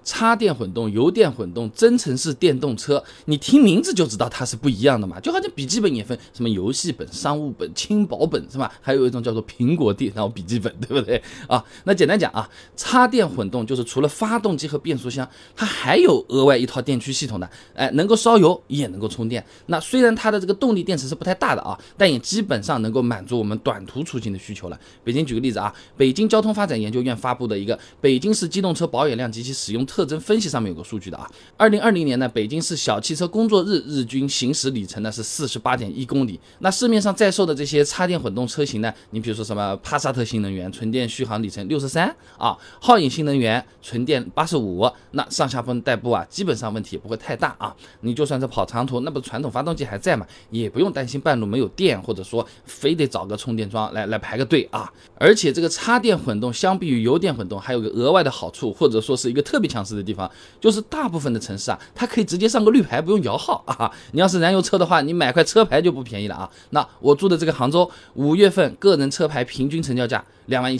插电混动、油电混动、增程式电动车，你听名字就知道它是不一样的嘛，就好像笔记本也分什么游戏本、商务本、轻薄本是吧？还有一种叫做苹果电脑笔记本，对不对啊？那简单讲啊，插电混动就是除了发动机和变速箱，它还有额外一套电驱系统的，能够烧油也能够充电。那虽然它的这个动力电池是不太大的啊，但也基本上能够满足我们短途出行的需求了。北京举个例子啊，北京交通发展研究院发布的一个北京市机动车保有量及其使用特征分析上面有个数据的啊，2020年呢，北京市小汽车工作日日均行驶里程呢是48.1公里。那市面上在售的这些插电混动车型呢，你比如说什么帕萨特新能源纯电续航里程63啊，皓影新能源纯电85，那上下坡代步啊，基本上问题也不会太大啊。你就算是跑长途，那不传统发动机还在嘛，也不用担心半路没有电，或者说非得找个充电桩来排个队啊。而且这个插电混动相比于油电混动还有个额外的好处，或者说是一个特别强势的地方，就是大部分的城市啊，它可以直接上个绿牌，不用摇号啊。你要是燃油车的话，你买块车牌就不便宜了啊。那我住的这个杭州，5月份个人车牌平均成交价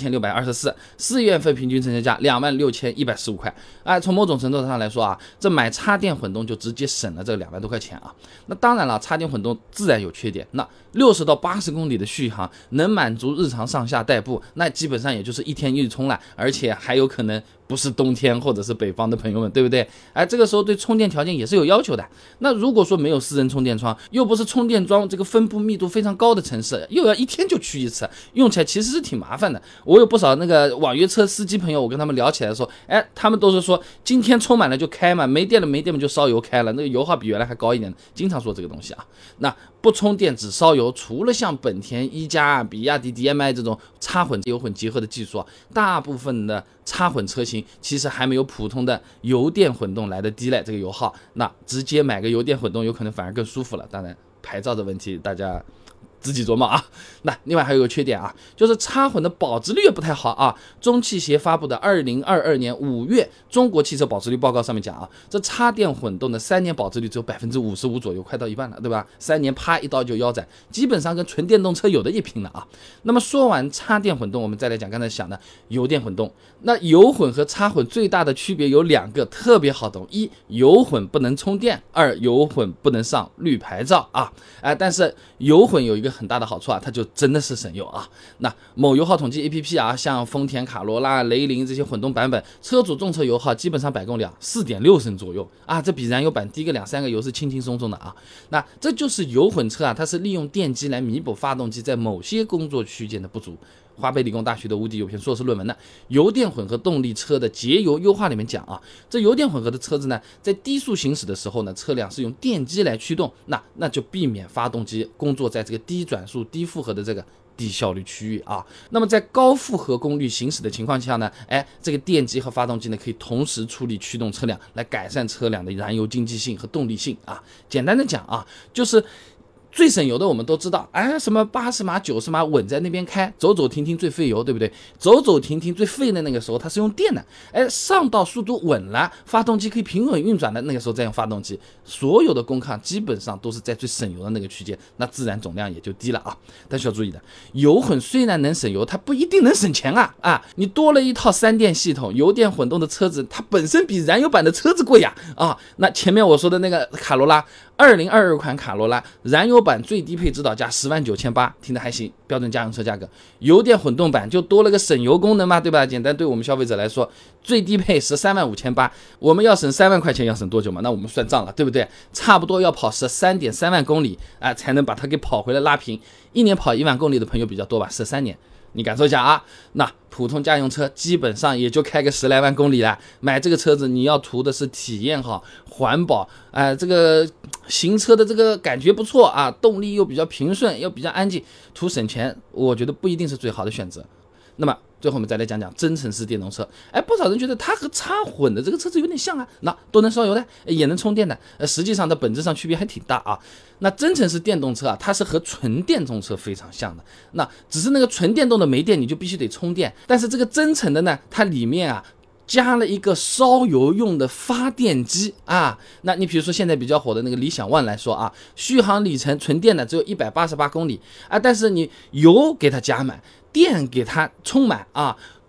21,624，4月份平均成交价26,115块。从某种程度上来说啊，这买插电混动就直接省了这200多块钱啊。那当然了，插电混动自然有缺点，那60到80公里的续航能满足日常上下代步，那基本上也就是一天一充了，而且还有可能不是冬天或者是北方的朋友们，对不对？这个时候对充电条件也是有要求的。那如果说没有私人充电桩，又不是充电桩这个分布密度非常高的城市，又要一天就去一次，用起来其实是挺麻烦的。我有不少那个网约车司机朋友，我跟他们聊起来说，他们都是说今天充满了就开嘛，没电了就烧油开了，那个油耗比原来还高一点，经常说这个东西啊。那不充电只烧油，除了像本田、一加、比亚迪 DMI 这种插混油混结合的技术，大部分的插混车型其实还没有普通的油电混动来的低嘞，这个油耗，那直接买个油电混动有可能反而更舒服了。当然牌照的问题大家自己琢磨啊。那另外还有个缺点啊，就是插混的保值率也不太好啊。中汽协发布的2022年5月中国汽车保值率报告上面讲啊，这插电混动的3年保值率只有55%左右，快到一半了，对吧？3年啪一刀就腰斩，基本上跟纯电动车有的一拼了啊。那么说完插电混动，我们再来讲刚才讲的油电混动。那油混和插混最大的区别有2个，特别好懂：一，油混不能充电；二，油混不能上绿牌照啊。但是油混有一个很大的好处啊，它就真的是省油啊。那某油耗统计 APP 啊，像丰田卡罗拉、雷凌这些混动版本，车主重车油耗基本上百公里4.6升左右啊，这比燃油版低个2-3个油是轻轻松松的啊。那这就是油混车啊，它是利用电机来弥补发动机在某些工作区间的不足。华北理工大学的吴迪有篇硕士论文呢，油电混合动力车的节油优化里面讲啊，这油电混合的车子呢，在低速行驶的时候呢，车辆是用电机来驱动，那就避免发动机工作在这个低转速、低负荷的这个低效率区域啊。那么在高负荷功率行驶的情况下呢，这个电机和发动机呢可以同时处理驱动车辆，来改善车辆的燃油经济性和动力性啊。简单的讲啊，就是最省油的我们都知道，什么80码、90码稳在那边开，走走停停最费油，对不对？走走停停最费的那个时候，它是用电的。上到速度稳了，发动机可以平稳运转的那个时候再用发动机。所有的工况基本上都是在最省油的那个区间，那自然总量也就低了啊。但是要注意的，油混虽然能省油，它不一定能省钱啊。你多了一套3电系统，油电混动的车子，它本身比燃油版的车子贵呀啊。那前面我说的那个卡罗拉，2022款卡罗拉燃油版最低配指导价10.98万，听着还行，标准家用车价格。油电混动版就多了个省油功能嘛，对吧？简单对我们消费者来说，最低配13.58万，我们要省3万块钱，要省多久嘛？那我们算账了，对不对？差不多要跑13.3万公里才能把它给跑回来拉平。一年跑1万公里的朋友比较多吧，13年。你感受一下啊，那普通家用车基本上也就开个10来万公里了。买这个车子你要图的是体验好、环保，这个行车的这个感觉不错啊，动力又比较平顺，又比较安静，图省钱，我觉得不一定是最好的选择。那么最后我们再来讲讲增程式电动车。不少人觉得它和插混的这个车子有点像啊，那都能烧油的，也能充电的，实际上它本质上区别还挺大啊。那增程式电动车啊，它是和纯电动车非常像的，那只是那个纯电动的没电你就必须得充电，但是这个增程的呢，它里面啊加了一个烧油用的发电机啊。那你比如说现在比较火的那个理想 ONE 来说啊，续航里程纯电的只有188公里啊，但是你油给它加满，电给它充满啊，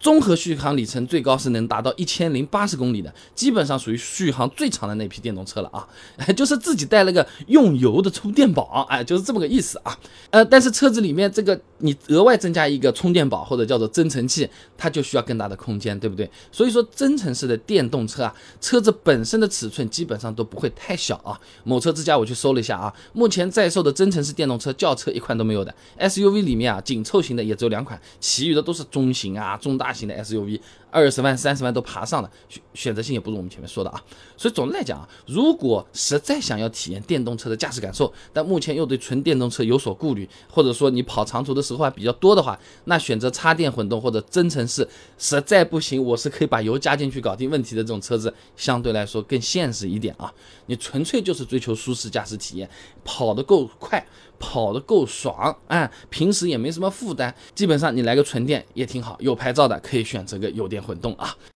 综合续航里程最高是能达到1080公里的，基本上属于续航最长的那批电动车了啊，就是自己带了个用油的充电宝，就是这么个意思啊。但是车子里面这个你额外增加一个充电宝或者叫做增程器，它就需要更大的空间，对不对？所以说增程式的电动车啊，车子本身的尺寸基本上都不会太小啊。某车之家我去搜了一下啊，目前在售的增程式电动车轿车一款都没有的， SUV 里面啊紧凑型的也只有2款，其余的都是中型啊中大型的 SUV， 20万30万都爬上了，选择性也不如我们前面说的啊。所以总的来讲啊，如果实在想要体验电动车的驾驶感受，但目前又对纯电动车有所顾虑，或者说你跑长途的时候还比较多的话，那选择插电混动或者增程式实在不行，我是可以把油加进去搞定问题的这种车子，相对来说更现实一点啊。你纯粹就是追求舒适驾驶体验，跑得够快，跑得够爽，平时也没什么负担，基本上你来个纯电也挺好，有牌照的可以选择个油电混动啊。